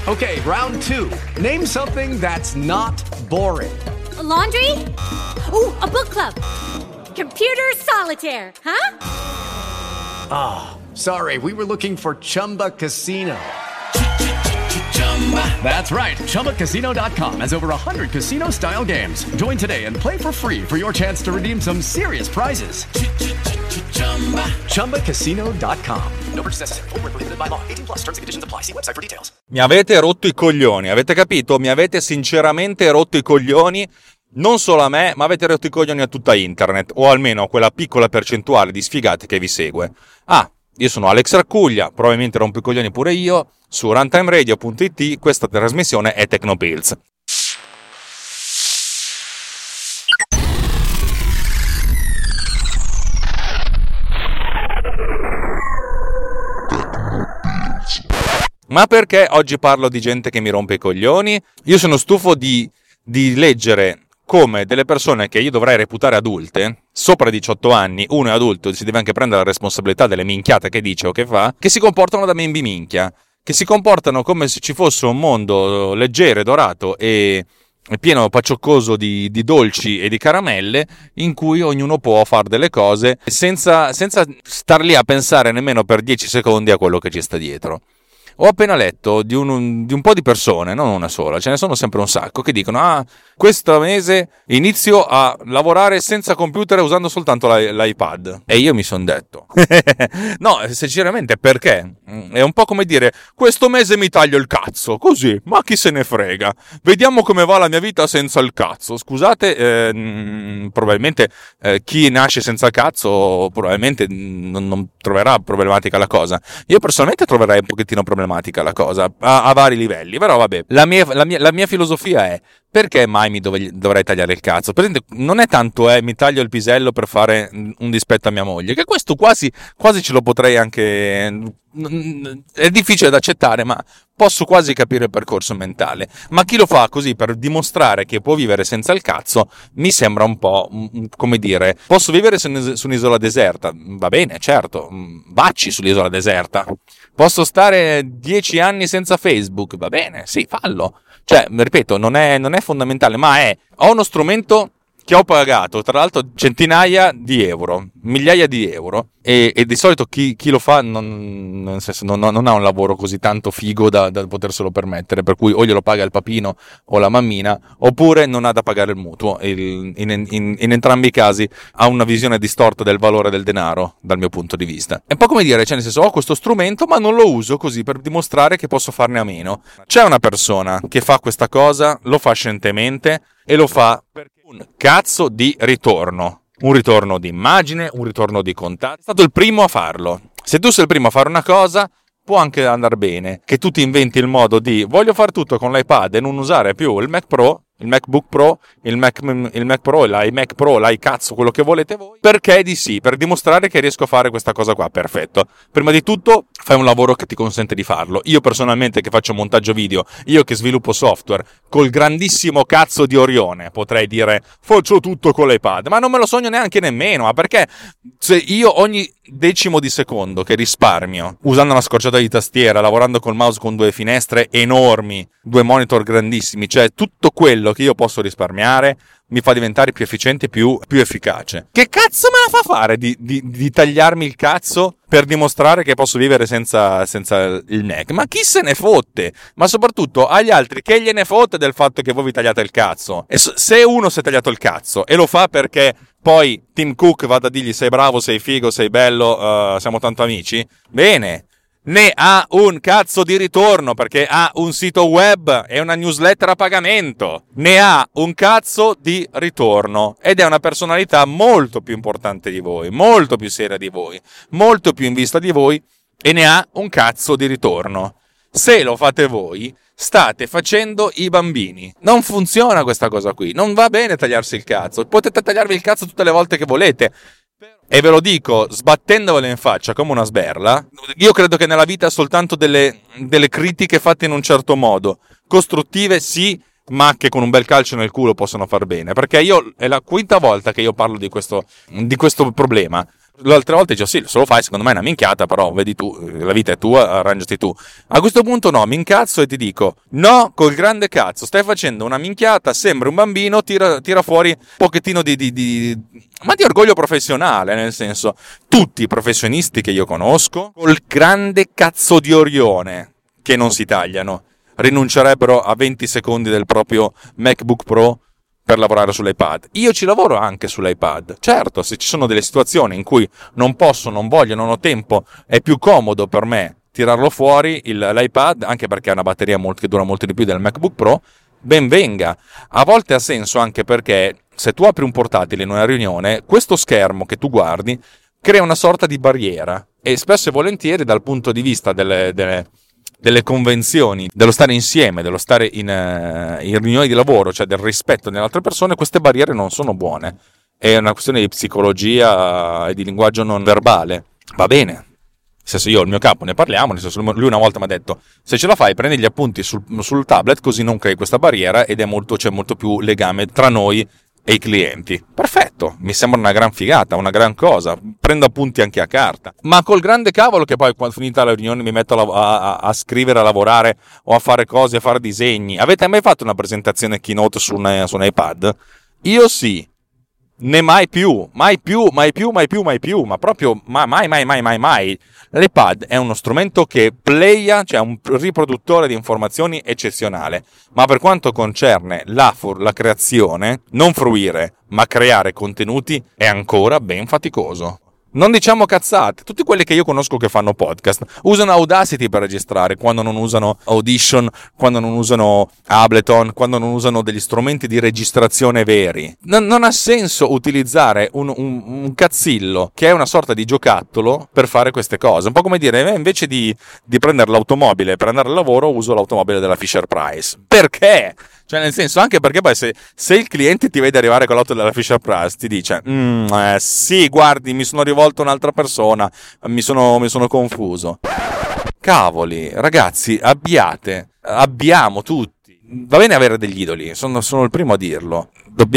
Okay, round 2. Name something that's not boring. A laundry? Ooh, a book club. Computer solitaire, huh? Ah, sorry, we were looking for Chumba Casino. That's right, ChumbaCasino.com has over 100 casino-style games. Join today and play for free for your chance to redeem some serious prizes. ChumbaCasino.com. No purchase necessary. Void where prohibited by law. 18 plus. Terms and conditions apply. See website for details. Mi avete rotto i coglioni, avete capito? Mi avete sinceramente rotto i coglioni. Non solo a me, ma avete rotto i coglioni a tutta internet, o almeno a quella piccola percentuale di sfigati che vi segue. Io sono Alex Raccuglia, probabilmente rompo i coglioni pure io. Su runtimeradio.it questa trasmissione è Tecnopills. Ma perché oggi parlo di gente che mi rompe i coglioni? Io sono stufo di leggere come delle persone che io dovrei reputare adulte, sopra i 18 anni, uno è adulto e si deve anche prendere la responsabilità delle minchiate che dice o che fa, che si comportano da bimbi minchia, che si comportano come se ci fosse un mondo leggero, dorato e pieno paccioccoso di dolci e di caramelle, in cui ognuno può fare delle cose senza star lì a pensare nemmeno per 10 secondi a quello che ci sta dietro. Ho appena letto di un po' di persone, non una sola, ce ne sono sempre un sacco, che dicono questo mese inizio a lavorare senza computer usando soltanto l'iPad. E io mi son detto no, sinceramente, perché? È un po' come dire, questo mese mi taglio il cazzo, così, ma chi se ne frega, vediamo come va la mia vita senza il cazzo. Scusate, probabilmente chi nasce senza il cazzo probabilmente non troverà problematica la cosa. Io personalmente troverei un pochettino problematica la cosa a vari livelli, però vabbè, la mia filosofia è: perché mai mi dovrei tagliare il cazzo? Per esempio, non è tanto mi taglio il pisello per fare un dispetto a mia moglie, che questo quasi ce lo potrei anche, è difficile da accettare, ma posso quasi capire il percorso mentale. Ma chi lo fa così per dimostrare che può vivere senza il cazzo mi sembra un po', come dire, posso vivere su un'isola deserta, va bene, certo, vacci sull'isola deserta. Posso stare 10 anni senza Facebook, va bene, sì, fallo. Cioè, ripeto, non è fondamentale, ma ho uno strumento che ho pagato, tra l'altro, centinaia di euro, migliaia di euro, e di solito chi lo fa non ha un lavoro così tanto figo da poterselo permettere, per cui o glielo paga il papino o la mammina, oppure non ha da pagare il mutuo. In entrambi i casi ha una visione distorta del valore del denaro, dal mio punto di vista. È un po' come dire, cioè nel senso, ho questo strumento ma non lo uso così per dimostrare che posso farne a meno. C'è una persona che fa questa cosa, lo fa scientemente e lo fa per un cazzo di ritorno. Un ritorno di immagine, un ritorno di contatti. È stato il primo a farlo. Se tu sei il primo a fare una cosa, può anche andare bene. Che tu ti inventi il modo di voglio fare tutto con l'iPad e non usare più il Mac Pro, il MacBook Pro, il Mac Pro, l'iMac Pro, l'iCazzo, quello che volete voi. Perché di sì, per dimostrare che riesco a fare questa cosa qua. Perfetto. Prima di tutto fai un lavoro che ti consente di farlo. Io personalmente che faccio montaggio video, io che sviluppo software, col grandissimo cazzo di Orione, potrei dire faccio tutto con l'iPad, ma non me lo sogno neanche nemmeno, perché se io ogni decimo di secondo che risparmio usando una scorciatoia di tastiera, lavorando col mouse con 2 finestre enormi, 2 monitor grandissimi, cioè tutto quello che io posso risparmiare mi fa diventare più efficiente e più efficace. Che cazzo me la fa fare di tagliarmi il cazzo per dimostrare che posso vivere senza il Mac? Ma chi se ne fotte? Ma soprattutto agli altri che gliene fotte del fatto che voi vi tagliate il cazzo? E se uno si è tagliato il cazzo e lo fa perché poi Tim Cook vada a dirgli sei bravo, sei figo, sei bello, siamo tanto amici, bene, ne ha un cazzo di ritorno perché ha un sito web e una newsletter a pagamento, ne ha un cazzo di ritorno ed è una personalità molto più importante di voi, molto più seria di voi, molto più in vista di voi e ne ha un cazzo di ritorno. Se lo fate voi, state facendo i bambini. Non funziona questa cosa qui, non va bene tagliarsi il cazzo, potete tagliarvi il cazzo tutte le volte che volete. E ve lo dico sbattendovelo in faccia come una sberla. Io credo che nella vita soltanto delle critiche fatte in un certo modo, costruttive sì, ma che con un bel calcio nel culo possono far bene, perché è la quinta volta che io parlo di questo problema. L'altra volta dicevo sì, se lo fai secondo me è una minchiata, però vedi tu, la vita è tua, arrangiati tu. A questo punto no, mi incazzo e ti dico no, col grande cazzo, stai facendo una minchiata, sembri un bambino, tira fuori un pochettino di orgoglio professionale, nel senso, tutti i professionisti che io conosco col grande cazzo di Orione che non si tagliano rinuncerebbero a 20 secondi del proprio MacBook Pro per lavorare sull'iPad. Io ci lavoro anche sull'iPad. Certo, se ci sono delle situazioni in cui non posso, non voglio, non ho tempo, è più comodo per me tirarlo fuori l'iPad, anche perché ha una batteria che dura molto di più del MacBook Pro, ben venga. A volte ha senso anche perché se tu apri un portatile in una riunione, questo schermo che tu guardi crea una sorta di barriera e spesso e volentieri dal punto di vista delle convenzioni, dello stare insieme, dello stare in riunioni di lavoro, cioè del rispetto delle altre persone, queste barriere non sono buone. È una questione di psicologia e di linguaggio non verbale. Va bene. Nel senso, io e il mio capo ne parliamo, nel senso, lui una volta mi ha detto se ce la fai prendi gli appunti sul tablet così non crei questa barriera ed c'è molto più legame tra noi e i clienti. Perfetto, mi sembra una gran figata, una gran cosa, prendo appunti anche a carta, ma col grande cavolo che poi quando finita la riunione mi metto a scrivere, a lavorare o a fare cose, a fare disegni. Avete mai fatto una presentazione keynote su un iPad? Io sì. Né mai più, ma proprio mai. L'iPad è uno strumento che playa, cioè un riproduttore di informazioni eccezionale, ma per quanto concerne la creazione, non fruire, ma creare contenuti è ancora ben faticoso. Non diciamo cazzate, tutti quelli che io conosco che fanno podcast usano Audacity per registrare, quando non usano Audition, quando non usano Ableton, quando non usano degli strumenti di registrazione veri. Non ha senso utilizzare un cazzillo che è una sorta di giocattolo per fare queste cose. Un po' come dire, invece di prendere l'automobile per andare al lavoro uso l'automobile della Fisher Price. Perché? Cioè, nel senso, anche perché poi se il cliente ti vede arrivare con l'auto della Fisher Price ti dice sì, guardi, mi sono rivolto a un'altra persona, mi sono confuso. Cavoli, ragazzi, abbiamo tutti. Va bene avere degli idoli, sono il primo a dirlo.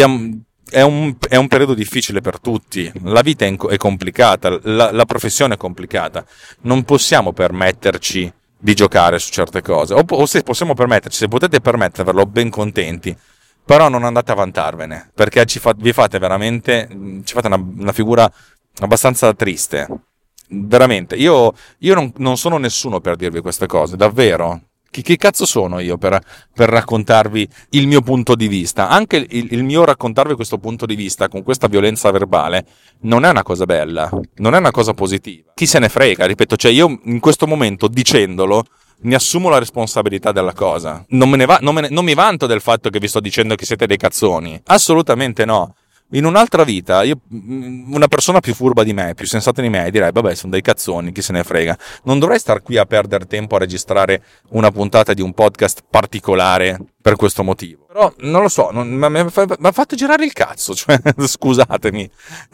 È un periodo difficile per tutti, la vita è complicata, la professione è complicata, non possiamo permetterci di giocare su certe cose, o se possiamo permetterci, se potete permettervelo, ben contenti, però non andate a vantarvene, perché vi fate veramente, ci fate una figura abbastanza triste, veramente. Io non sono nessuno per dirvi queste cose, davvero. Che cazzo sono io per raccontarvi il mio punto di vista? Anche il mio raccontarvi questo punto di vista con questa violenza verbale non è una cosa bella, non è una cosa positiva. Chi se ne frega, ripeto, cioè io in questo momento dicendolo mi assumo la responsabilità della cosa. Non mi vanto del fatto che vi sto dicendo che siete dei cazzoni, assolutamente no. In un'altra vita, una persona più furba di me, più sensata di me, direi vabbè, sono dei cazzoni, chi se ne frega. Non dovrei star qui a perdere tempo a registrare una puntata di un podcast particolare per questo motivo. Però non lo so, mi ha fatto girare il cazzo, cioè scusatemi.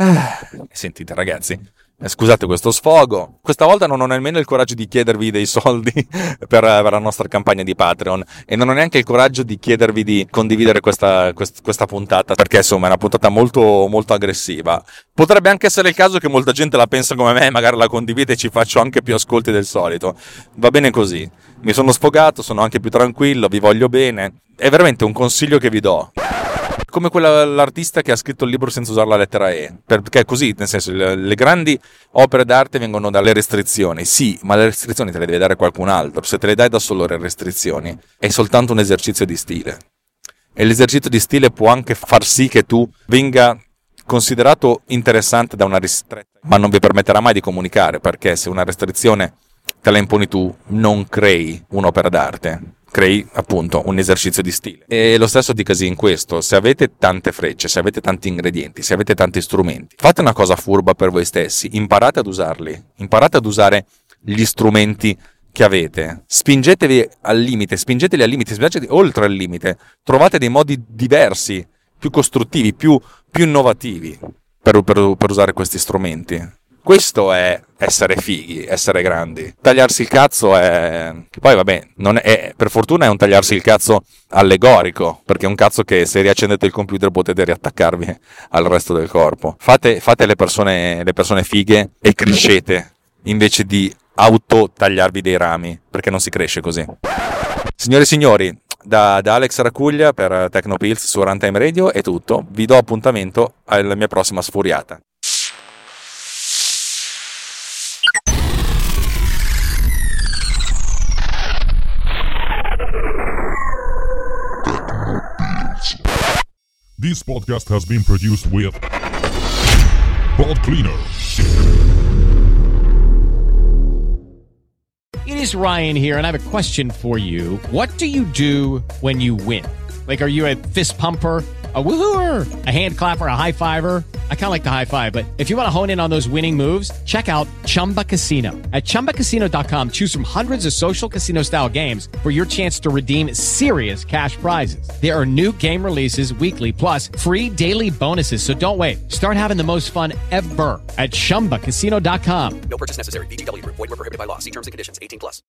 Sentite ragazzi, scusate questo sfogo, questa volta non ho nemmeno il coraggio di chiedervi dei soldi per la nostra campagna di Patreon e non ho neanche il coraggio di chiedervi di condividere questa puntata, perché insomma è una puntata molto, molto aggressiva. Potrebbe anche essere il caso che molta gente la pensa come me, magari la condivide e ci faccio anche più ascolti del solito. Va bene così, mi sono sfogato, sono anche più tranquillo, vi voglio bene, è veramente un consiglio che vi do. Come l'artista che ha scritto il libro senza usare la lettera E, perché è così, nel senso, le grandi opere d'arte vengono dalle restrizioni, sì, ma le restrizioni te le deve dare qualcun altro. Se te le dai da solo le restrizioni è soltanto un esercizio di stile, e l'esercizio di stile può anche far sì che tu venga considerato interessante da una ristretta, ma non vi permetterà mai di comunicare, perché se una restrizione te la imponi tu, non crei un'opera d'arte, crei appunto un esercizio di stile. E lo stesso dicasi in questo: se avete tante frecce, se avete tanti ingredienti, se avete tanti strumenti, fate una cosa furba per voi stessi, imparate ad usarli, imparate ad usare gli strumenti che avete, spingeteli al limite, spingeteli oltre il limite, trovate dei modi diversi, più costruttivi, più innovativi per usare questi strumenti. Questo è essere fighi, essere grandi. Tagliarsi il cazzo è... Poi vabbè, non è... per fortuna è un tagliarsi il cazzo allegorico, perché è un cazzo che se riaccendete il computer potete riattaccarvi al resto del corpo. Fate le persone fighe e crescete, invece di auto-tagliarvi dei rami, perché non si cresce così. Signore e signori, da Alex Racuglia per Tecnopills su Runtime Radio è tutto. Vi do appuntamento alla mia prossima sfuriata. This podcast has been produced with Pod Cleaner. It is Ryan here, and I have a question for you. What do you do when you win? Like, are you a fist pumper, a woohooer, a hand clapper, a high fiver? I kind of like the high five, but if you want to hone in on those winning moves, check out Chumba Casino. At ChumbaCasino.com, choose from hundreds of social casino-style games for your chance to redeem serious cash prizes. There are new game releases weekly, plus free daily bonuses, so don't wait. Start having the most fun ever at ChumbaCasino.com. No purchase necessary. VGW Group. Void where prohibited by law. See terms and conditions. 18+.